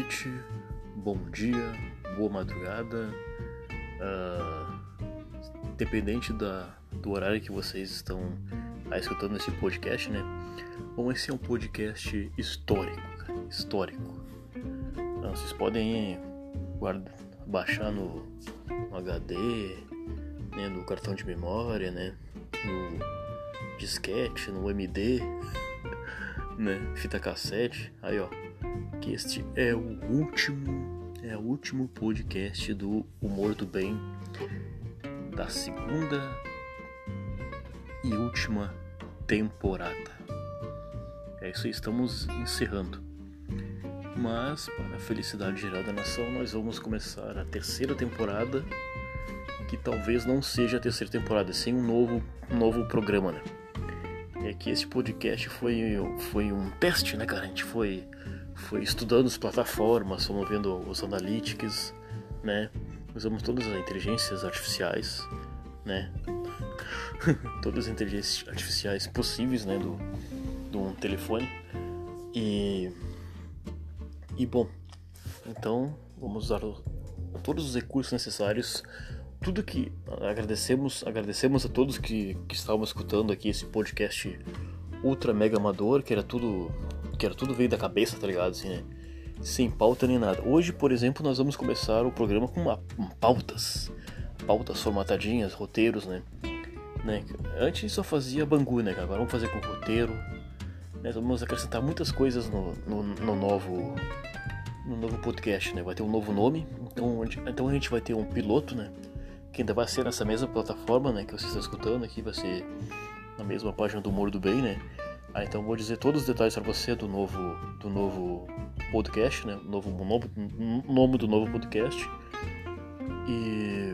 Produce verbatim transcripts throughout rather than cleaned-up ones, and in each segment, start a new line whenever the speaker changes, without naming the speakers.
noite, bom dia, boa madrugada, uh, dependente da, do horário que vocês estão ah, escutando esse podcast, né? Bom, esse é um podcast histórico, cara, histórico. Então, vocês podem guarda, baixar no, no H D, né, no cartão de memória, né, no disquete, no M D, né, fita cassete, aí ó. Que este é o último, é o último podcast do Humor do Bem da segunda e última temporada. É isso aí, estamos encerrando. Mas, para a felicidade geral da nação, nós vamos começar a terceira temporada, que talvez não seja a terceira temporada, sim um novo, um novo programa, né? É que esse podcast foi, foi um teste, né, cara? A gente foi... Foi estudando as plataformas, fomos vendo os analytics, né? Usamos todas as inteligências artificiais, né? Todas as inteligências artificiais possíveis, né? Do, do telefone. E, e bom, então vamos usar o, todos os recursos necessários. Tudo que agradecemos, agradecemos a todos que, que estavam escutando aqui esse podcast ultra mega amador, que era tudo... que era tudo veio da cabeça, tá ligado, assim, né? Sem pauta nem nada. Hoje, por exemplo, nós vamos começar o programa com, uma, com pautas. Pautas formatadinhas, roteiros, né? né? Antes só fazia bangu, né? Agora vamos fazer com roteiro. Né? Vamos acrescentar muitas coisas no, no, no, novo, no novo podcast, né? Vai ter um novo nome. Então, então a gente vai ter um piloto, né? Que ainda vai ser nessa mesma plataforma, né? Que você está escutando aqui. Vai ser na mesma página do Humor do Bem, né? Ah, então vou dizer todos os detalhes para você do novo, do novo podcast, né? Novo, novo, nome do novo podcast. E,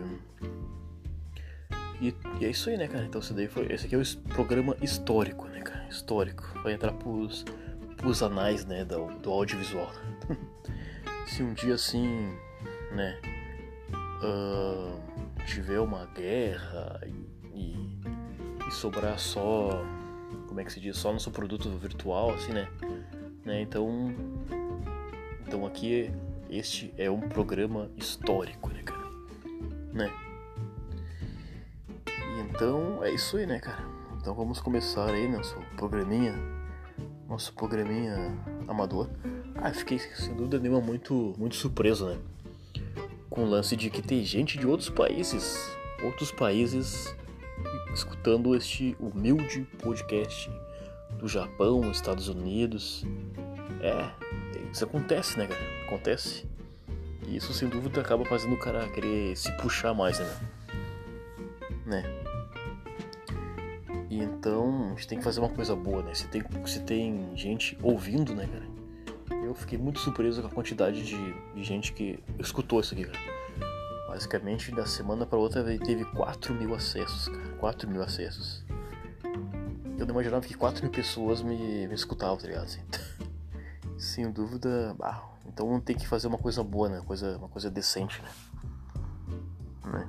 e, e é isso aí, né, cara? Então esse, daí foi, esse aqui é o programa histórico, né, cara? Histórico. Vai entrar pros, pros anais, né, do, do audiovisual. Se um dia assim, né, uh, tiver uma guerra e, e, e sobrar só... como é que se diz, só nosso produto virtual, assim, né? né? Então, então aqui, este é um programa histórico, né, cara? Né? E então, é isso aí, né, cara? Então vamos começar aí nosso programinha, nosso programinha amador. Ah, fiquei, sem dúvida nenhuma, muito, muito surpreso, né? Com o lance de que tem gente de outros países, outros países... escutando este humilde podcast do Japão, Estados Unidos. É, isso acontece, né, cara? Acontece. E isso, sem dúvida, acaba fazendo o cara querer se puxar mais, né? né? E então, a gente tem que fazer uma coisa boa, né? Se tem, se tem gente ouvindo, né, cara? Eu fiquei muito surpreso com a quantidade de, de gente que escutou isso aqui, cara. Basicamente, da semana pra outra teve quatro mil acessos, cara. quatro mil acessos. Eu não imaginava que quatro mil pessoas me, me escutavam, tá ligado? Assim. Sem dúvida, bah, então tem que fazer uma coisa boa, né? Uma coisa, uma coisa decente, né? né?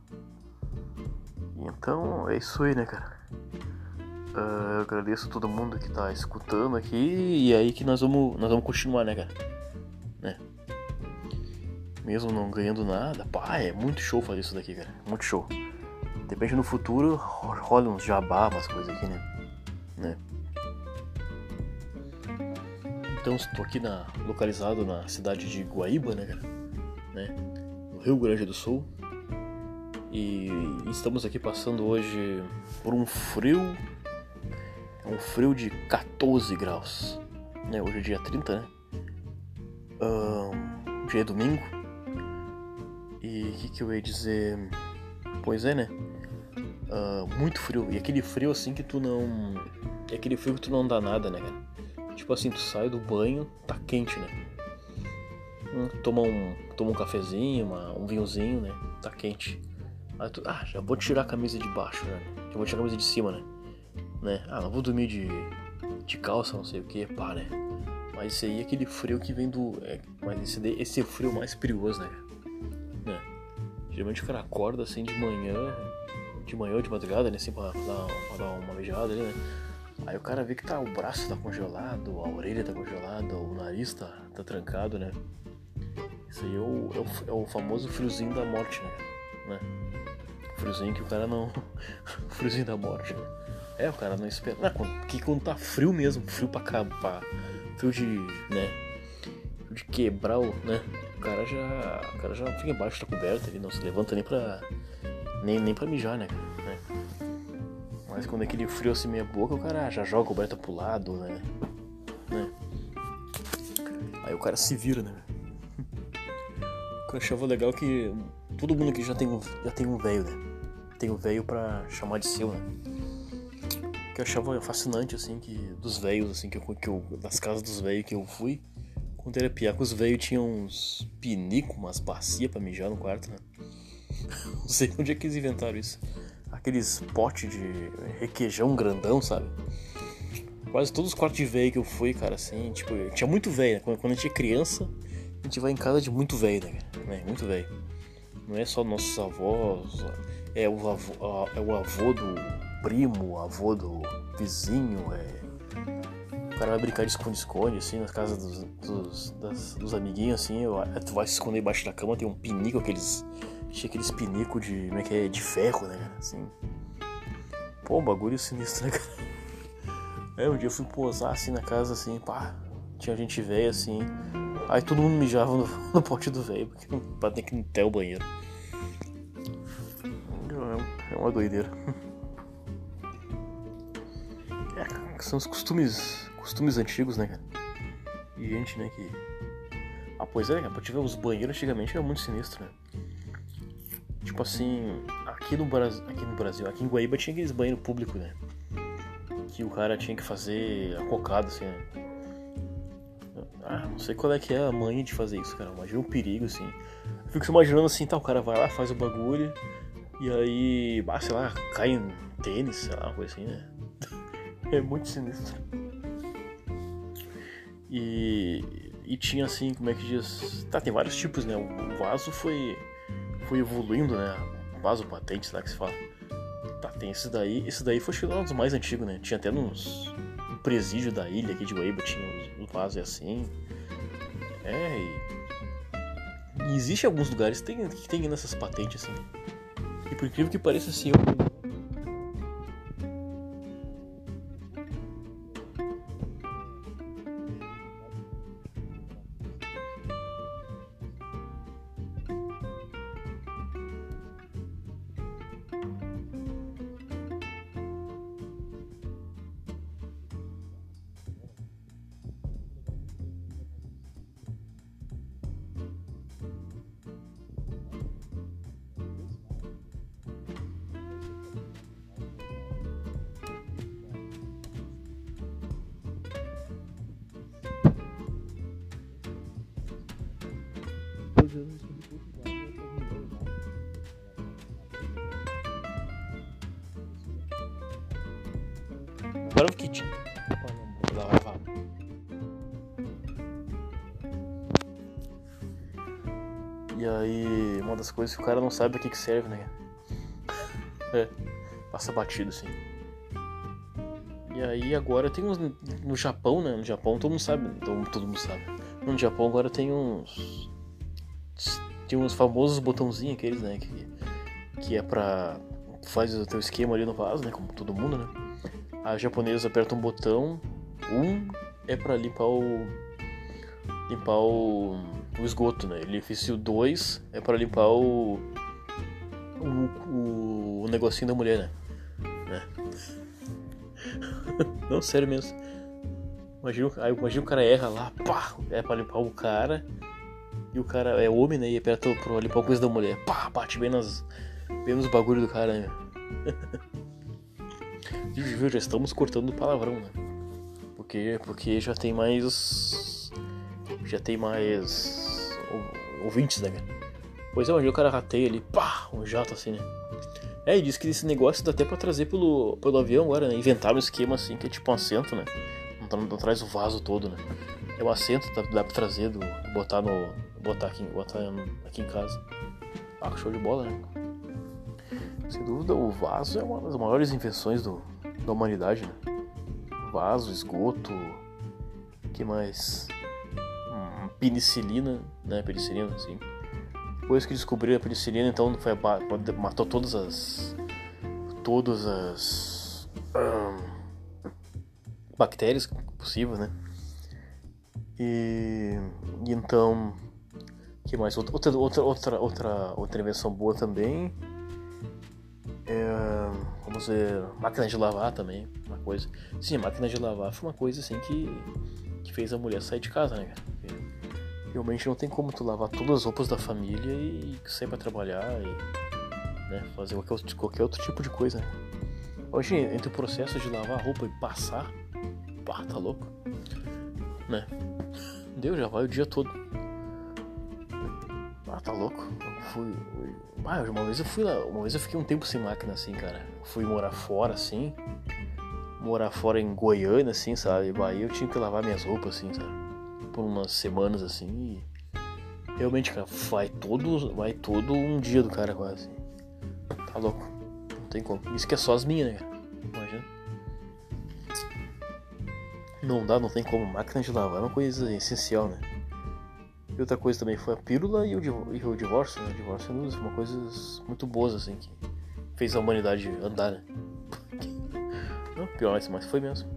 E então, é isso aí, né, cara? Uh, eu agradeço a todo mundo que tá escutando aqui. E aí que nós vamos, nós vamos continuar, né, cara? Né? Mesmo não ganhando nada, pá, é muito show fazer isso daqui, cara, muito show. Depende no futuro, rola uns jabá, umas coisas aqui, né, né. Então, estou aqui na, localizado na cidade de Guaíba, né, cara, né, no Rio Grande do Sul. E estamos aqui passando hoje por um frio, um frio de catorze graus, né, hoje é dia trinta, né, um, dia é domingo. E o que, que eu ia dizer? Pois é, né? Uh, muito frio. E aquele frio assim que tu não... É aquele frio que tu não dá nada, né, cara? Tipo assim, tu sai do banho, tá quente, né? Hum, toma, um, toma um cafezinho, uma, um vinhozinho, né? Tá quente. Aí tu... Ah, já vou tirar a camisa de baixo, né? Já vou tirar a camisa de cima, né? né? Ah, não vou dormir de, de calça, não sei o que, pá, né? Mas esse aí é aquele frio que vem do... É, mas esse, daí, esse é o frio mais perigoso, né, cara? Né? Geralmente o cara acorda assim de manhã, de manhã ou de madrugada, né? Assim, pra dar, pra dar uma mijada ali, né? Aí o cara vê que tá, o braço tá congelado, a orelha tá congelada, o nariz tá, tá trancado, né? Isso aí é o, é o, é o famoso friozinho da morte, né? Friozinho que o cara não... friozinho da morte, né? É, o cara não espera... Não, porque quando tá frio mesmo, frio pra acabar, frio de, né? Frio de quebrar o, né? O cara já... O cara já fica embaixo da coberta, ele não se levanta nem pra... Nem, nem pra mijar, né, né? Mas quando é aquele frio assim meia boca, o cara já joga a coberta pro lado, né? né? Aí o cara se vira, né? O que eu achava legal é que todo mundo aqui já tem um, já tem um velho, né? Tem um velho pra chamar de seu, né? O que eu achava fascinante, assim, que dos velhos, assim, que eu, que eu, das casas dos velhos que eu fui, quando era piá, que os velhos tinham uns pinicos, umas bacias pra mijar no quarto, né? Não sei onde é que eles inventaram isso. Aqueles potes de requeijão grandão, sabe? Quase todos os quartos de velho que eu fui, cara, assim, tipo, tinha muito velho, né? Quando a gente é criança, a gente vai em casa de muito velho, né, né? Muito velho. Não é só nossos avós, é o avô, é o avô do primo, o avô do vizinho, é... O cara vai brincar de esconde-esconde, assim, nas casas dos, dos, das, dos amiguinhos, assim, tu vai se esconder embaixo da cama, tem um pinico, aqueles... Tinha aqueles pinicos de, como é que é, de ferro, né, cara, assim. Pô, um bagulho sinistro, né, cara. É, um dia eu fui posar, assim, na casa, assim, pá, tinha gente velha, assim, aí todo mundo mijava no, no pote do velho, porque pra ter que ir até o banheiro. É uma doideira. É, são os costumes, costumes antigos, né, cara? E gente, né, que... Ah, pois é, cara, pra te ver, os banheiros antigamente era muito sinistro, né? Tipo assim, aqui no, Brasil, aqui no Brasil, aqui em Guaíba tinha aqueles banheiros públicos, né? Que o cara tinha que fazer acocado, assim, né? Ah, não sei qual é que é a manha de fazer isso, cara. Imagina o perigo, assim. Eu fico imaginando assim, tá, o cara vai lá, faz o bagulho, e aí, ah, sei lá, cai em tênis, sei lá, uma coisa assim, né? É muito sinistro. E, e tinha assim, como é que diz? Tá, tem vários tipos, né? O vaso foi, foi evoluindo, né? O vaso patente, lá que se fala. Tá, tem esse daí. Esse daí foi um dos mais antigos, né? Tinha até nos no presídio da ilha aqui de Guaíba, tinha o vaso assim. É, e, e existe alguns lugares que tem, que tem nessas patentes assim. E por incrível que pareça, assim, eu... Agora o kit. E aí, uma das coisas que o cara não sabe pra que que serve, né? É, passa batido assim. E aí agora tem uns... No Japão, né? No Japão todo mundo sabe, todo, todo mundo sabe. No Japão agora tem uns... Tem uns famosos botãozinhos aqueles, né? Que, que é pra... Faz o teu esquema ali no vaso, né? Como todo mundo, né? A japonesa aperta um botão. Um é pra limpar o... Limpar o... o esgoto, né? Ele fez o dois é pra limpar o... O, o, o negocinho da mulher, né? né? Não, sério mesmo. Imagina, aí, imagina o cara erra lá, pá, é pra limpar o cara. E o cara é homem, né? E aperta pra limpar a coisa da mulher. Pá, bate bem, nas, bem nos bagulhos do cara, né? Viu, já estamos cortando palavrão, né? Porque, porque já tem mais... Já tem mais... ouvintes, né, cara? Pois é, onde o cara rateia ali, pá, um jato assim, né? É, e diz que esse negócio dá até pra trazer pelo, pelo avião agora, né? Inventaram um esquema assim, que é tipo um assento, né? Não, não traz o vaso todo, né? É um assento, dá, dá pra trazer, do, botar no... Botar aqui, botar aqui em casa. Ah, show de bola, né? Sem dúvida, o vaso é uma das maiores invenções do, da humanidade, né? Vaso, esgoto... O que mais? Hum, penicilina, né, penicilina, assim. Depois que descobriram a penicilina, então foi a, matou todas as todas as hum, bactérias possíveis, né? E, e então, que mais? Outra outra outra outra outra invenção boa também. É, vamos ver, máquina de lavar também, uma coisa. Sim, a máquina de lavar foi uma coisa assim que, que fez a mulher sair de casa, né, cara? Porque realmente não tem como tu lavar todas as roupas da família e sair pra trabalhar e, né, fazer qualquer outro, qualquer outro tipo de coisa, né? Hoje, entre o processo de lavar a roupa e passar, pá, tá louco, né? Deu, já vai o dia todo. Ah, tá louco. Eu fui, fui... Ah, uma vez eu fui lá, uma vez eu fiquei um tempo sem máquina, assim, cara. Fui morar fora, assim. Morar fora em Goiânia, assim, sabe? Aí eu tinha que lavar minhas roupas, assim, sabe? Por umas semanas, assim. E realmente, cara, vai todo, vai todo um dia do cara quase. Tá louco. Não tem como. Isso que é só as minhas, né, cara? Imagina. Não dá, não tem como. Máquina de lavar é uma coisa essencial, né? E outra coisa também foi a pílula e o, div- e o divórcio, né? O divórcio foi uma coisas muito boas, assim, que fez a humanidade andar, né? Não, pior, mas, mas foi mesmo.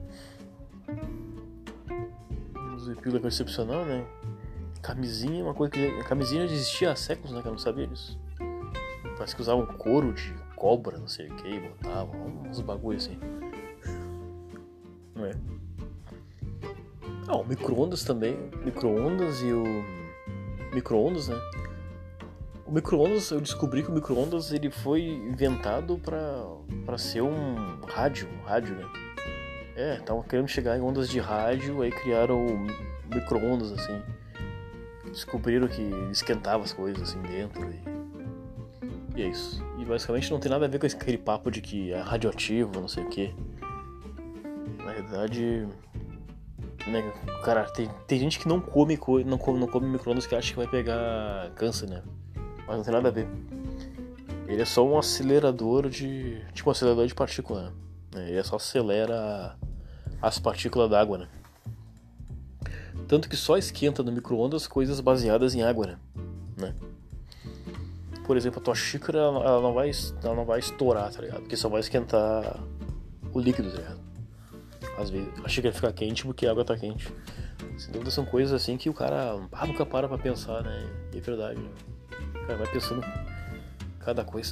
Vamos ver, pílula concepcional, né? Camisinha, uma coisa que... A camisinha já existia há séculos, né? Que eu não sabia disso. Parece que usavam couro de cobra, não sei o que, e botavam uns bagulho assim. Não é? Ah, o micro-ondas também. Micro-ondas e o... Micro-ondas, né? O micro-ondas, eu descobri que o micro-ondas ele foi inventado pra, pra ser um rádio, um rádio, né? É, estavam querendo chegar em ondas de rádio, aí criaram o micro-ondas, assim. Descobriram que esquentava as coisas, assim, dentro e... E é isso. E basicamente não tem nada a ver com aquele papo de que é radioativo, não sei o que. Na verdade... Né, cara, tem, tem gente que não come, não come, não come micro-ondas que acha que vai pegar câncer, né? Mas não tem nada a ver. Ele é só um acelerador de... Tipo um acelerador de partícula, né? Ele só acelera as partículas d'água, né? Tanto que só esquenta no micro-ondas coisas baseadas em água, né? né? Por exemplo, a tua xícara, ela não vai, ela não vai estourar, tá ligado? Porque só vai esquentar o líquido, tá ligado? Às vezes a xícara fica quente porque a água tá quente. Sem dúvida são coisas assim que o cara ah, nunca para pra pensar, né? E é verdade, né? O cara vai pensando cada coisa.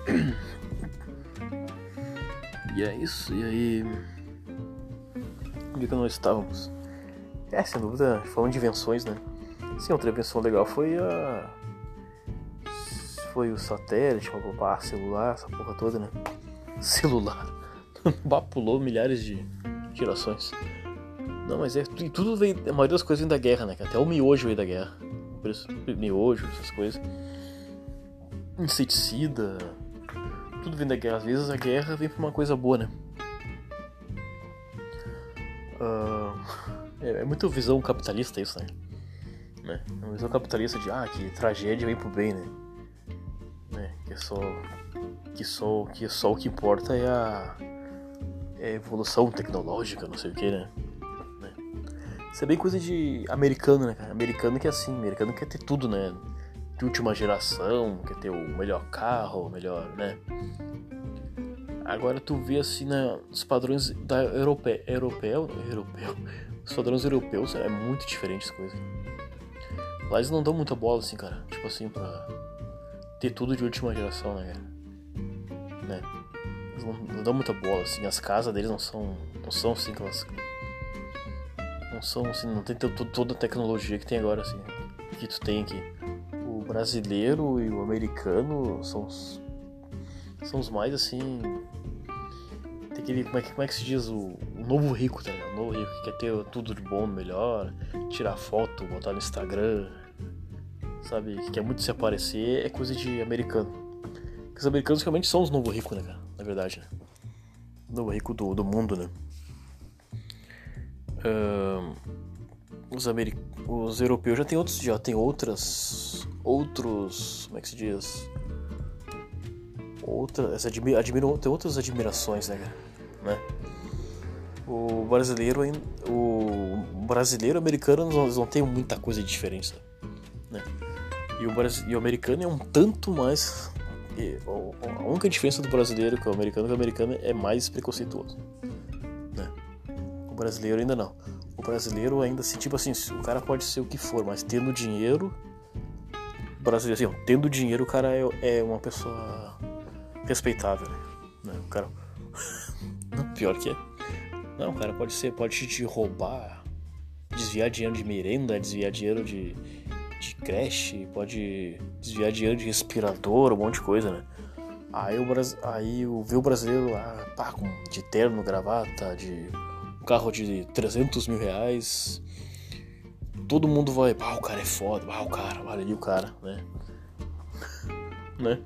E é isso, e aí... Onde é que nós estávamos? É, sem dúvida, falando de invenções, né? Sim, outra invenção legal foi a... Foi o satélite, o celular, essa porra toda, né? Celular. Pulou milhares de gerações. Não, mas é e tudo vem, a maioria das coisas vem da guerra, né? Até o miojo veio da guerra. Por isso, miojo, essas coisas. Inseticida. Tudo vem da guerra. Às vezes a guerra vem por uma coisa boa, né? Uh, é, é muito visão capitalista isso, né? né? É uma visão capitalista de ah, que tragédia vem pro bem, né? né? Que é só. Que só, que só o que importa é a. É evolução tecnológica, não sei o que, né? né? Isso é bem coisa de americano, né, cara? Americano que é assim, americano quer ter tudo, né? De última geração, quer ter o melhor carro, o melhor, né? Agora tu vê assim, né, os padrões da europe... europeu, europeu, os padrões europeus é muito diferente as coisas. Lá eles não dão muita bola assim, cara. Tipo assim, pra ter tudo de última geração, né, cara? Né? Não, não dão muita bola, assim, as casas deles não são, não são assim, aquelas, não são assim, não tem t- toda a tecnologia que tem agora, assim, que tu tem aqui. O brasileiro e o americano são os, são os mais, assim, tem aquele, como é que, como é que se diz, o, o novo rico, tá ligado? O novo rico que quer ter tudo de bom, melhor, tirar foto, botar no Instagram, sabe, que quer muito se aparecer, é coisa de americano. Os americanos realmente são os novos ricos, né, cara? Na verdade, né? O novo rico do, do mundo, né? Uh, os, americ... os europeus já tem outros, já tem outras, outros, como é que se diz? Outras, admi... admiram, tem outras admirações, né, cara? Né? O brasileiro ainda. O brasileiro e o americano eles não tem muita coisa de diferença, né? E o, Brasil, e o americano é um tanto mais. A única diferença do brasileiro com o americano é que o americano é mais preconceituoso, né? O brasileiro ainda não. O brasileiro ainda se, tipo assim, o cara pode ser o que for, mas tendo dinheiro. O brasileiro, assim, tendo dinheiro, o cara é, é uma pessoa respeitável, né? O cara. Pior que é. Não, o cara pode ser, pode te roubar, desviar dinheiro de merenda, desviar dinheiro de. de creche, pode desviar dinheiro de respirador, um monte de coisa, né? Aí o, aí o vê o brasileiro lá, pá, com, de terno, gravata, de um carro de trezentos mil reais, todo mundo vai, pá, o cara é foda, pá, o cara, olha ali o cara, né? né?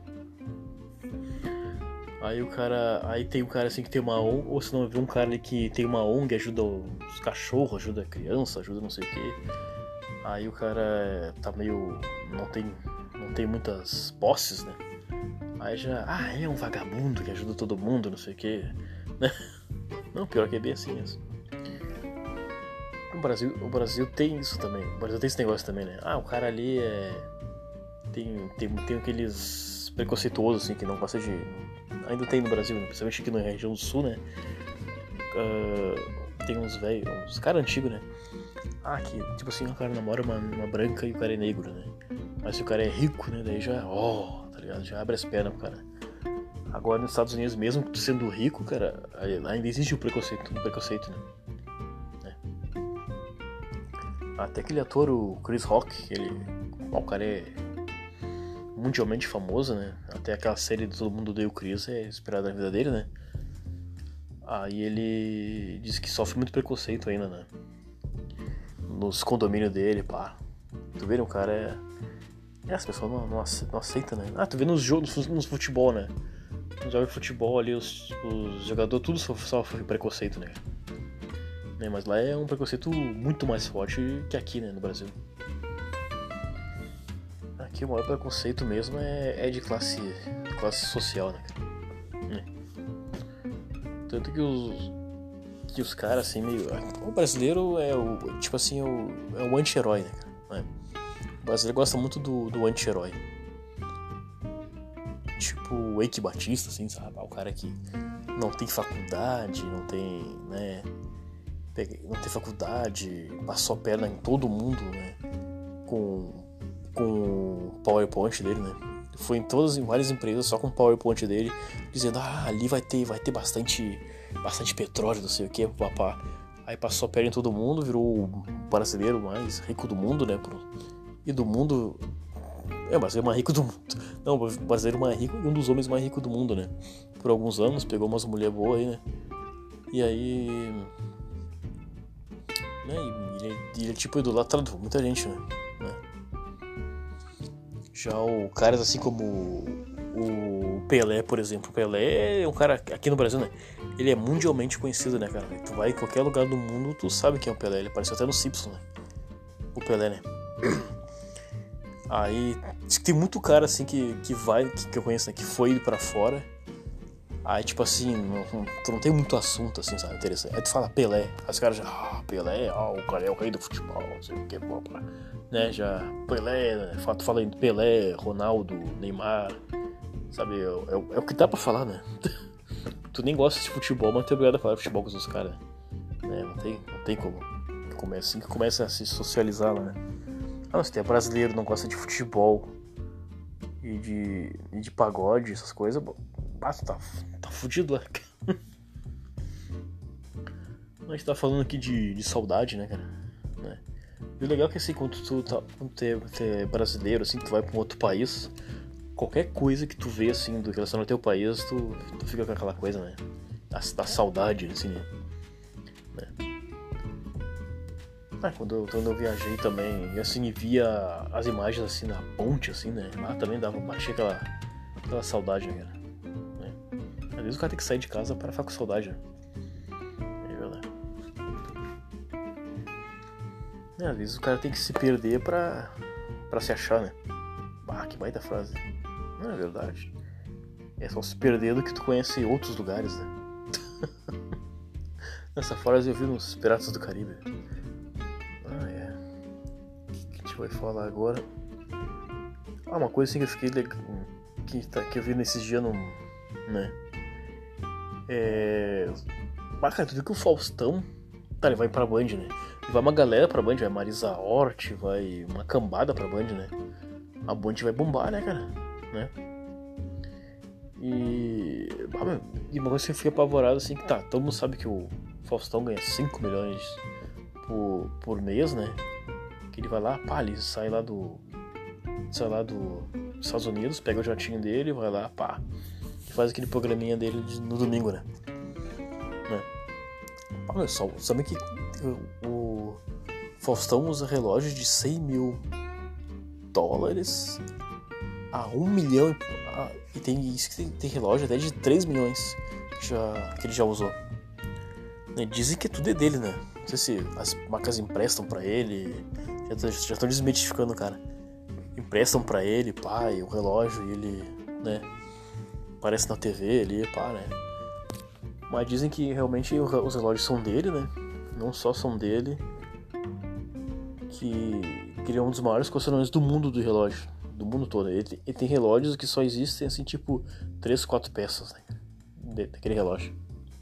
Aí o cara, aí tem um cara assim que tem uma O N G, ou se não, vê um cara ali que tem uma O N G, ajuda os cachorros, ajuda a criança, ajuda não sei o quê. Aí o cara tá meio... não tem, não tem muitas posses, né? Aí já... ah, é um vagabundo que ajuda todo mundo, não sei o quê. Não, pior que é bem assim mesmo. O Brasil, o Brasil tem isso também. O Brasil tem esse negócio também, né? Ah, o cara ali é... Tem, tem, tem aqueles preconceituosos, assim, que não gosta de... Ainda tem no Brasil, né? Principalmente aqui na região do sul, né? Uh, tem uns velhos... uns caras antigos, né? Ah, que, tipo assim, o cara namora uma, uma branca e o cara é negro, né? Mas se o cara é rico, né? Daí já, ó, oh, tá ligado? Já abre as pernas pro cara. Agora nos Estados Unidos, mesmo tu sendo rico, cara, ainda existe o preconceito, o preconceito, né? É. Até aquele ator, o Chris Rock, ele, ó, o cara é mundialmente famoso, né? Até aquela série do Todo Mundo Odeia o Chris é inspirada na vida dele, né? Aí ele diz que sofre muito preconceito ainda, né? Nos condomínios dele, pá. Tu vê, o cara é... é as pessoas não, não, aceitam, não aceitam, né? Ah, tu vê nos jogos, nos, nos futebol, né? Nos jogos de futebol ali, os, os jogadores tudo sofrem preconceito, né? né? Mas lá é um preconceito muito mais forte que aqui, né? No Brasil. Aqui o maior preconceito mesmo é, é de classe, classe social, né? É. Tanto que os... que os caras, assim, meio... O brasileiro é o... tipo assim, é o, é o anti-herói, né, cara? O brasileiro gosta muito do, do anti-herói. Tipo o Eike Batista, assim, sabe? O cara que não tem faculdade, não tem, né... Não tem faculdade, passou a perna em todo mundo, né? Com, com o PowerPoint dele, né? Foi em todas, em várias empresas, só com o PowerPoint dele, dizendo, ah, ali vai ter, vai ter bastante... bastante petróleo, não sei o que, papá. Aí passou a perna em todo mundo, virou o brasileiro mais rico do mundo, né? E do mundo... É, o brasileiro mais rico do mundo. Não, o brasileiro mais rico e um dos homens mais ricos do mundo, né? Por alguns anos, pegou umas mulheres boas aí, né? E aí... né? E ele, ele é tipo idolatrado por muita gente, né? Já o caras assim como o Pelé, por exemplo. O Pelé é um cara, aqui no Brasil, né? Ele é mundialmente conhecido, né, cara? Tu vai em qualquer lugar do mundo, tu sabe quem é o Pelé. Ele apareceu até no Simpsons, né? O Pelé, né? Aí, tem muito cara, assim, que, que vai, que, que eu conheço, né? Que foi pra fora. Aí, tipo assim, não, tu não tem muito assunto, assim, sabe? Interessante. Aí tu fala Pelé. Aí os caras já, ah, Pelé, ah, o cara é o rei do futebol, não sei o que, pô, pô. Né? Já, Pelé, né? Tu fala em Pelé, Ronaldo, Neymar, sabe? É, é, é o que dá pra falar, né? Tu nem gosta de futebol, mas tu é obrigado a falar de futebol com os caras, né? Não tem, não tem como. como é assim que começa a se socializar lá, né? Ah, não, se tem brasileiro, não gosta de futebol e de, e de pagode, essas coisas, ah, tu tá, tá fudido lá. A gente tá falando aqui de, de saudade, né, cara? Né? E o legal é que assim, quando tu, tá, quando tu, é, tu é brasileiro, assim, tu vai pra um outro país, qualquer coisa que tu vê, assim, do relacionado ao teu país, tu, tu fica com aquela coisa, né? Da, da saudade, assim, né? né? Ah, quando, eu, quando eu viajei também, e assim, via as imagens, assim, na ponte, assim, né? Lá também dava, batia aquela, aquela saudade, né, cara? Né? Às vezes o cara tem que sair de casa para ficar com saudade, né? É verdade. É, às vezes o cara tem que se perder pra, pra se achar, né? Ah, que baita frase. Não é verdade. É só se perder do que tu conhece outros lugares, né? Nessa frase eu vi nos Piratas do Caribe. Ah, é. O que, que a gente vai falar agora? Ah, uma coisa assim que eu fiquei legal. Que, tá, que eu vi nesses dias no. Né? É. Ah, cara, tu viu que o Faustão. Tá, ele vai pra Band, né? E vai uma galera pra Band, vai Marisa Hort, vai uma cambada pra Band, né? A Band vai bombar, né, cara? Né? E. Ah, meu, e uma coisa que eu fiquei apavorado assim que tá, todo mundo sabe que o Faustão ganha cinco milhões por, por mês, né? Que ele vai lá, pá, ele sai lá do. Sai lá do, dos Estados Unidos, pega o jatinho dele, vai lá, pá, e faz aquele programinha dele de, no domingo, né? né? Ah, meu, só, sabe que o, o Faustão usa relógio de cem mil dólares a um milhão a, e tem isso que tem, tem relógio até de três milhões que, já, que ele já usou. Né? Dizem que tudo é dele, né? Não sei se as marcas emprestam pra ele, já estão desmitificando o cara. Emprestam pra ele, pá, e o relógio, e ele, né, aparece na T V ali, pá, né. Mas dizem que realmente os relógios são dele, né, não só são dele, que, que ele é um dos maiores colecionadores do mundo do relógio, do mundo todo. Ele, ele tem relógios que só existem, assim, tipo, três, quatro peças, né, daquele relógio.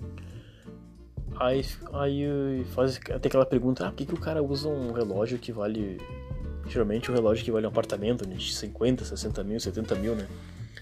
Aí, aí faz até aquela pergunta, ah, por que, que o cara usa um relógio que vale... Geralmente um relógio que vale um apartamento, né, de cinquenta, sessenta mil, setenta mil, né?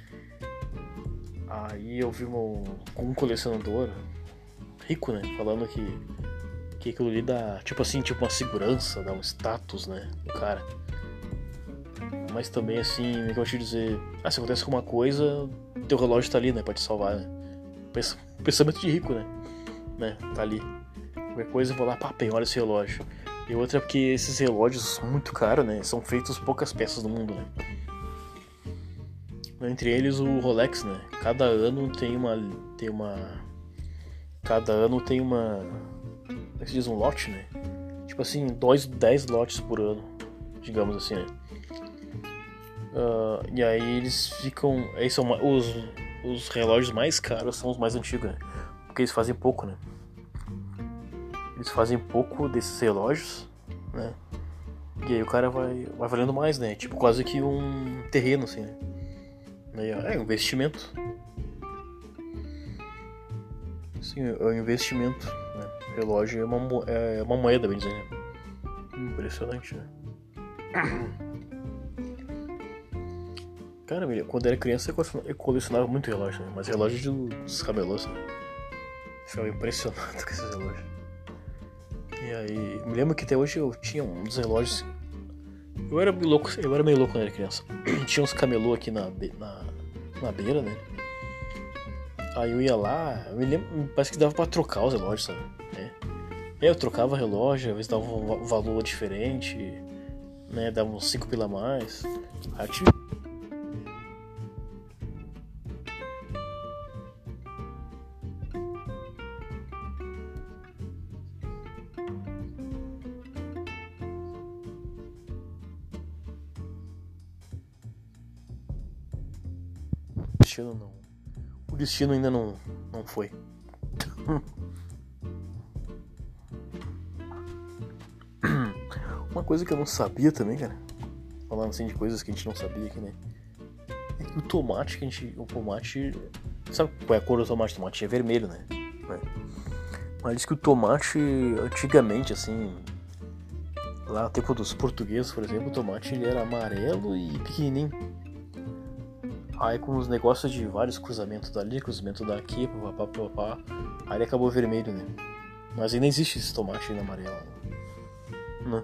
Aí eu vi um, um colecionador rico, né, falando que, que aquilo ali dá, tipo assim, tipo uma segurança, dá um status, né, do cara. Mas também assim, como é que eu vou te dizer, ah, se acontece alguma coisa, teu relógio tá ali, né, pra te salvar, né? Pensamento de rico, né? né? Tá ali. Qualquer coisa eu vou lá, pá, olha esse relógio. E outra é porque esses relógios são muito caros, né? São feitos poucas peças do mundo, né? Entre eles o Rolex, né? Cada ano tem uma... Tem uma... Cada ano tem uma... Como é que se diz? Um lote, né? Tipo assim, dois, dez lotes por ano. Digamos assim, né? Uh, e aí eles ficam... Aí são os, os relógios mais caros são os mais antigos, né? Porque eles fazem pouco, né? Eles fazem pouco desses relógios, né? E aí o cara vai, vai valendo mais, né? Tipo quase que um terreno, assim, né? É um investimento. Sim, é um investimento, né? O relógio é uma, é uma moeda, bem dizer, né? Impressionante, né? Cara, quando eu era criança eu colecionava muito relógio, né? Mas relógio dos camelôs, né? Ficava impressionado com esses relógios. E aí, me lembro que até hoje eu tinha uns relógios. Eu era meio louco, eu era meio louco quando era criança. Tinha uns camelô aqui na, na, na beira, né? Aí eu ia lá, eu me lembro, parece que dava pra trocar os relógios, sabe? É. Eu trocava relógio, às vezes dava um valor diferente, né? Dava uns cinco pila a mais. Aí eu tive... O destino não. O destino ainda não, não foi. Uma coisa que eu não sabia também, cara, falando assim de coisas que a gente não sabia aqui, né? É que o tomate que a gente. O tomate. Sabe qual é a cor do tomate? O tomate é vermelho, né? Mas diz que o tomate, antigamente, assim, lá no tempo dos portugueses, por exemplo, o tomate ele era amarelo e pequenininho. Aí com os negócios de vários cruzamentos dali, cruzamento daqui, papapá, papapá, aí ele acabou vermelho, né? Mas ainda existe esse tomate ainda amarelo, né?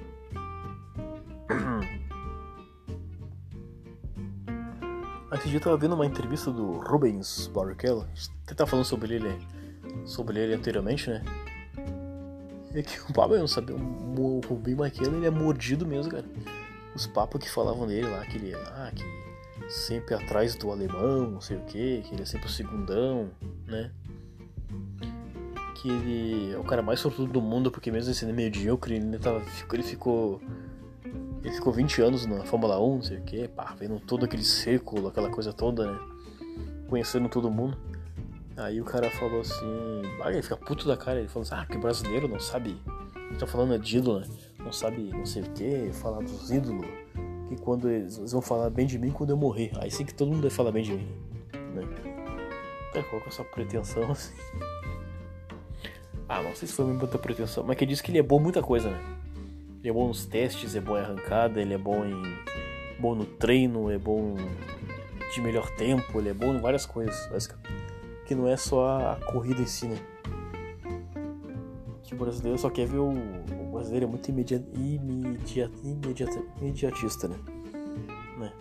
Esse dia eu tava vendo uma entrevista do Rubens Barrichello, até tava falando sobre ele, sobre ele anteriormente, né? É que o papo eu não sabia, o Rubens Barrichello ele é mordido mesmo, cara. Os papos que falavam dele lá, que ele ah, que sempre atrás do alemão, não sei o que, que ele é sempre o segundão, né? Que ele é o cara mais sortudo do mundo, porque mesmo sendo medíocre, ele, tava, ele ficou ele ficou vinte anos na Fórmula um, não sei o que, pá, vendo todo aquele círculo, aquela coisa toda, né? Conhecendo todo mundo. Aí o cara falou assim, aí ele fica puto da cara, ele falou assim, ah, que brasileiro não sabe, tá falando de ídolo, né? Não sabe não sei o que, falar dos ídolos, que quando eles, eles vão falar bem de mim quando eu morrer, aí sim que todo mundo vai falar bem de mim, né? Cara, qual que é essa pretensão assim? Ah, não sei se foi muita pretensão, mas que diz que ele é bom em muita coisa, né? Ele é bom nos testes, é bom em arrancada, ele é bom em bom no treino, é bom de melhor tempo, ele é bom em várias coisas, basicamente. Que não é só a corrida em si, né? Que o brasileiro só quer ver o, o brasileiro é muito imediat, imediat, imediat, imediatista, né? né?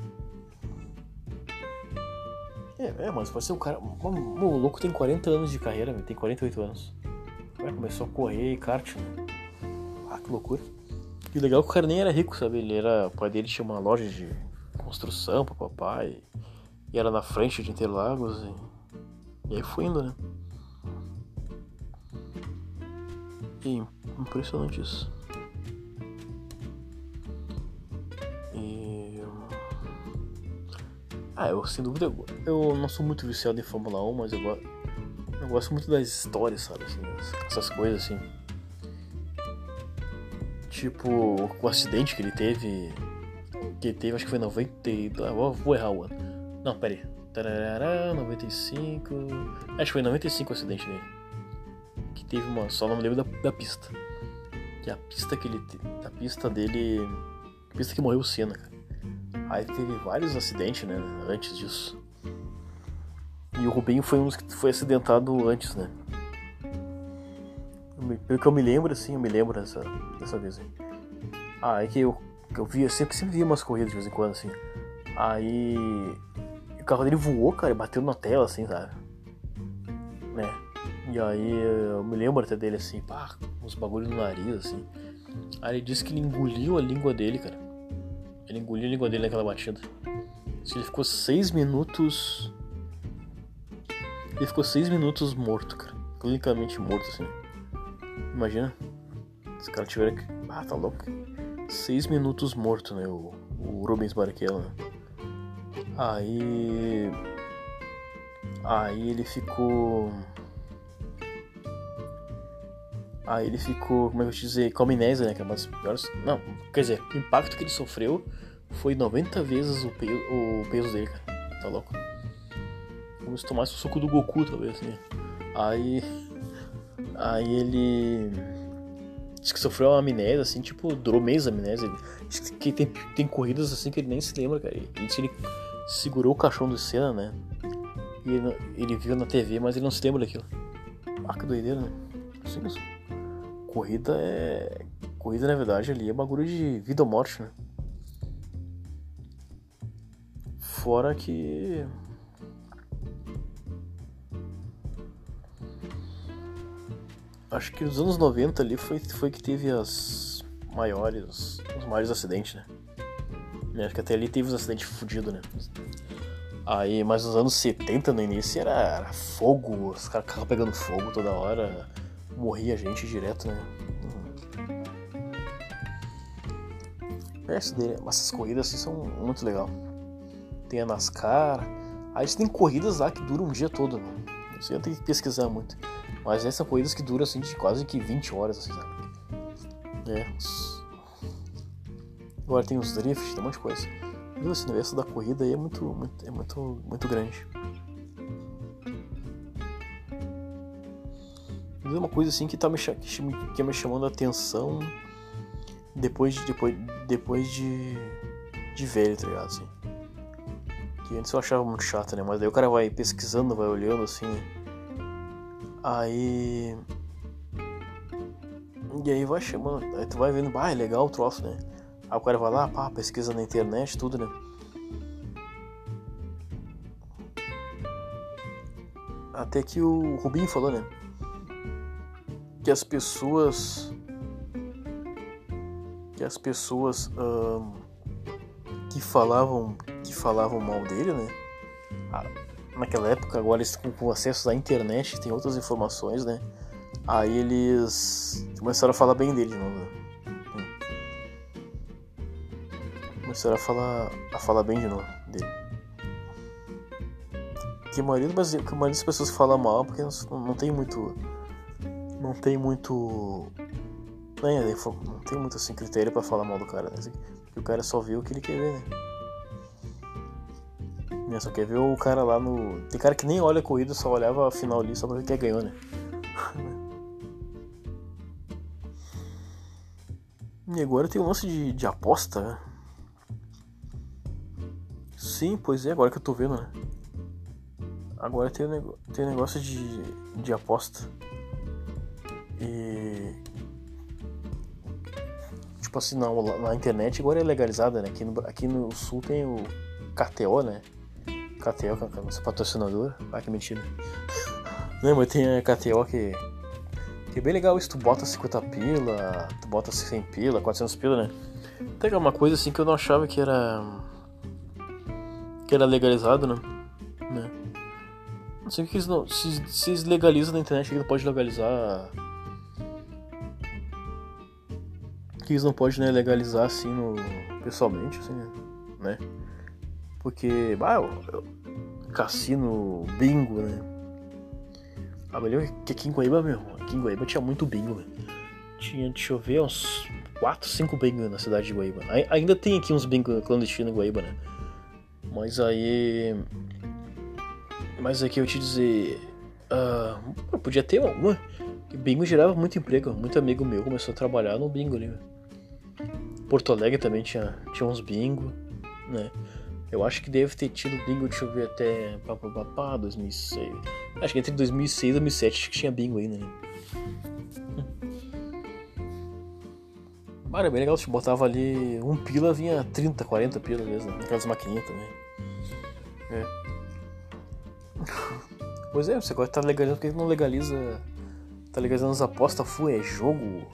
É, é, mas pode ser um cara. O louco tem quarenta anos de carreira, tem quarenta e oito anos. O cara começou a correr e kart, né? Ah, que loucura. E o legal é que o cara nem era rico, sabe? Ele era. O pai dele tinha uma loja de construção pro papai. E era na frente de Interlagos. E... E aí foi indo, né? E impressionante isso. E... Ah, eu sem dúvida, eu, eu não sou muito viciado em Fórmula um, mas eu, go... eu gosto muito das histórias, sabe? Assim, essas coisas assim. Tipo, o acidente que ele teve. Que ele teve, acho que foi em noventa e dois. Vou errar o ano. Não, pera aí. Tarará, noventa e cinco. Acho que foi em noventa e cinco o acidente dele. Que teve uma. Só não me lembro da, da pista. Que a pista que ele. A pista dele. A pista que morreu o Senna, cara. Aí teve vários acidentes, né? Antes disso. E o Rubinho foi um dos que foi acidentado antes, né? Pelo que eu me lembro, assim, eu me lembro dessa, dessa vez aí. Ah, é que eu, que eu via, sempre, sempre via umas corridas de vez em quando, assim. Aí. O carro dele voou, cara, e bateu na tela, assim, sabe? Né? E aí eu me lembro até dele, assim, pá, uns bagulhos no nariz, assim. Aí ele disse que ele engoliu a língua dele, cara. Ele engoliu a língua dele naquela batida. Diz que ele ficou seis minutos... Ele ficou seis minutos morto, cara. Clinicamente morto, assim. Imagina. Se o cara tiver que... Ah, tá louco. Seis minutos morto, né? O, o Rubens Barrichello, né? Aí... Aí ele ficou... Aí ele ficou, como é que eu te dizer, com amnésia, né? Que é uma das piores... Não, quer dizer, o impacto que ele sofreu foi noventa vezes o peso, o peso dele, cara. Tá louco? Como se tomasse o soco do Goku, talvez, assim. Aí... Aí ele... Diz que sofreu uma amnésia, assim, tipo, durou meses a amnésia. Diz que tem, tem corridas, assim, que ele nem se lembra, cara. E diz que ele segurou o caixão do Senna, né? E ele, ele viu na T V, mas ele não se lembra daquilo. Ah, que doideira, né? Assim, assim. Corrida é... Corrida, na verdade, ali é bagulho de vida ou morte, né? Fora que... Acho que nos anos noventa ali foi, foi que teve as maiores... Os maiores acidentes, né? Acho que até ali teve os acidentes fudidos, né? Aí, mas nos anos setenta, no início, era, era fogo, os caras ficavam pegando fogo toda hora, morria gente direto, né? Hum. Essas corridas assim são muito legais. Tem a NASCAR, aí tem corridas lá que duram um dia todo, né? Você tem que pesquisar muito. Mas essas corridas que duram assim de quase que vinte horas, assim, sabe? É. Agora tem os drifts, tem um monte de coisa. Viu, esse universo da corrida aí é muito, muito, é muito, muito grande. Mas é uma coisa assim que tá me, que me chamando a atenção depois de, depois, depois de, de velho, tá ligado? Assim. Que antes eu achava muito chato, né? Mas daí o cara vai pesquisando, vai olhando assim. Aí... E aí vai chamando, aí tu vai vendo, ah, é legal o troço, né? Aí o cara vai lá, pá, pesquisa na internet, tudo, né? Até que o Rubinho falou, né? Que as pessoas... Que as pessoas hum, que falavam que falavam mal dele, né? Naquela época, agora eles com, com acesso à internet, tem outras informações, né? Aí eles começaram a falar bem dele de novo, né? Começaram a falar, a falar bem de novo dele. que a maioria, das, que a maioria das pessoas fala mal porque não, não tem muito. Não tem muito. Né, não tem muito assim critério pra falar mal do cara, né? Porque o cara só vê o que ele quer ver, né? né? Só quer ver o cara lá no. Tem cara que nem olha a corrida, só olhava a final ali só pra ver quem ganhou, né? E agora tem um lance de, de aposta, né? Sim, pois é, agora que eu tô vendo, né? Agora tem o nego... tem negócio de, de aposta. E. Tipo assim, na, na internet agora é legalizada, né? Aqui no, aqui no sul tem o K T O, né? K T O, que é o nosso patrocinador. Ah, que mentira. Não, mas tem a K T O que. Que é bem legal isso, tu bota cinquenta pila, tu bota cem pila, quatrocentos pila, né? Tem uma coisa assim que eu não achava que era. Que era legalizado, né? né? Não sei o que eles não. Se, se eles legalizam na internet, que não pode legalizar. Que eles não podem, né, legalizar assim no. Pessoalmente, assim, né? Porque. Ah, eu, cassino, bingo, né? Ah, mas lembra que aqui em Guaíba, meu, aqui em Guaíba tinha muito bingo, velho. Tinha, deixa eu ver, uns quatro, cinco bingo na cidade de Guaíba. Ainda tem aqui uns bingo clandestinos em Guaíba, né? Mas aí... Mas aqui eu te dizer... Uh, podia ter uma... Bingo gerava muito emprego. Muito amigo meu começou a trabalhar no bingo ali, velho. Porto Alegre também tinha, tinha uns bingo, né? Eu acho que deve ter tido bingo, deixa eu ver, até pá, pá, pá, pá, dois mil e seis. Acho que entre dois mil e seis e dois mil e sete acho que tinha bingo aí, né? Mano, é bem legal, você botava ali um pila, vinha trinta, quarenta pila mesmo, né? Aquelas maquininhas também. É. Pois é, você agora tá legalizando, por que não legaliza? Tá legalizando as apostas full, é jogo.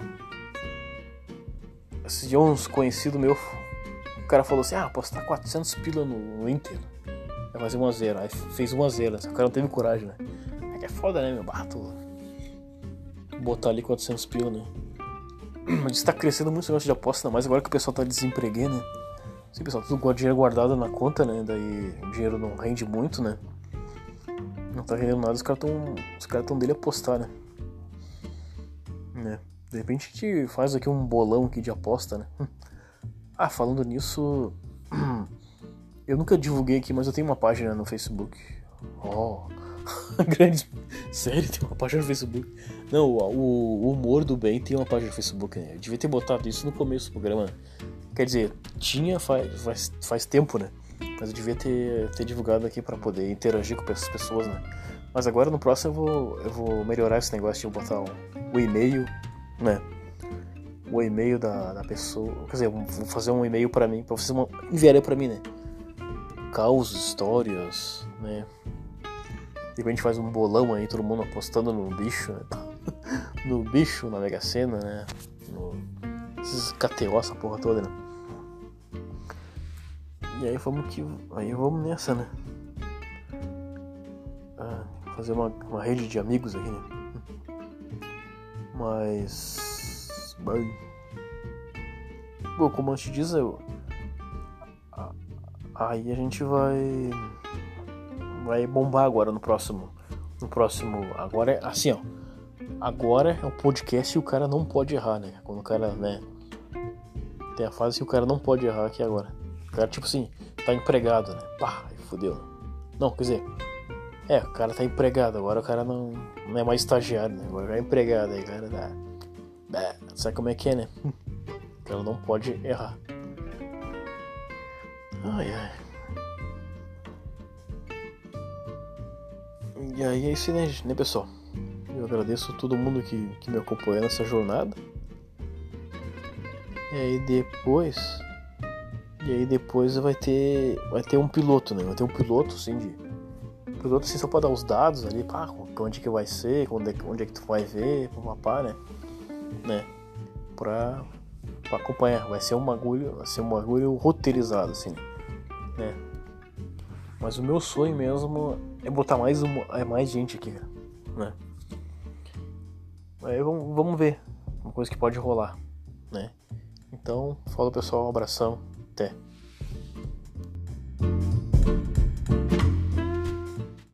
Esses dias uns conhecidos meus, o cara falou assim, ah, apostar quatrocentos pila no, no Inter. Vai fazer um a zero, aí fez um a zero, o cara não teve coragem, né? É que é foda, né, meu bato? Botar ali quatrocentos pila, né? Mas tá crescendo muito esse negócio de aposta, ainda mais agora que o pessoal tá desempregado, né? Sim, pessoal, tudo com o dinheiro guardado na conta, né? Daí o dinheiro não rende muito, né? Não tá rendendo nada, os caras tão. Os caras tão dele apostar, né? né? De repente a gente faz aqui um bolão aqui de aposta, né? Ah, falando nisso. Eu nunca divulguei aqui, mas eu tenho uma página no Facebook. Oh, grande. Sério, tem uma página no Facebook. Não, o, o Humor do Bem tem uma página no Facebook, né? Eu devia ter botado isso no começo do programa. Quer dizer, tinha faz, faz, faz tempo, né? Mas eu devia ter, ter divulgado aqui pra poder interagir com essas pessoas, né? Mas agora no próximo eu vou, eu vou melhorar esse negócio de botar um, o e-mail, né? O e-mail da, da pessoa. Quer dizer, vou fazer um e-mail pra mim, pra vocês enviarem pra mim, né? Causos, histórias, né? De repente faz um bolão aí, todo mundo apostando no bicho, né? No bicho, na Mega Sena, né? No... Esses K T O, essa porra toda, né? E aí vamos que. Aí vamos nessa, né? Ah, fazer uma, uma rede de amigos aqui, né? Mas. Bem. Bom, como a gente diz, eu. Aí a gente vai. Vai bombar agora no próximo. No próximo. Agora é assim, ó. Agora é um podcast e o cara não pode errar, né? Quando o cara, né? Tem a fase que o cara não pode errar aqui agora. O cara, tipo assim, tá empregado, né? Pá, aí fodeu. Não, quer dizer. É, o cara tá empregado, agora o cara não, não é mais estagiário, né? Agora é empregado, aí o cara dá. Bah, sabe como é que é, né? O cara não pode errar. Ai, ai. E aí é isso, né, né, pessoal? Eu agradeço a todo mundo que, que me acompanhou nessa jornada. E aí depois. E aí depois vai ter. Vai ter um piloto, né? Vai ter um piloto, assim, de. Piloto assim só pra dar os dados ali, pá, onde que vai ser, onde é, onde é que tu vai ver, papá, né? Né? Pra, pra acompanhar. Vai ser um bagulho. Vai ser um bagulho roteirizado, assim, né? Mas o meu sonho mesmo é botar mais, uma, é mais gente aqui, né? Aí vamos, vamos ver. Uma coisa que pode rolar, né? Então, falou pessoal, um abração, até.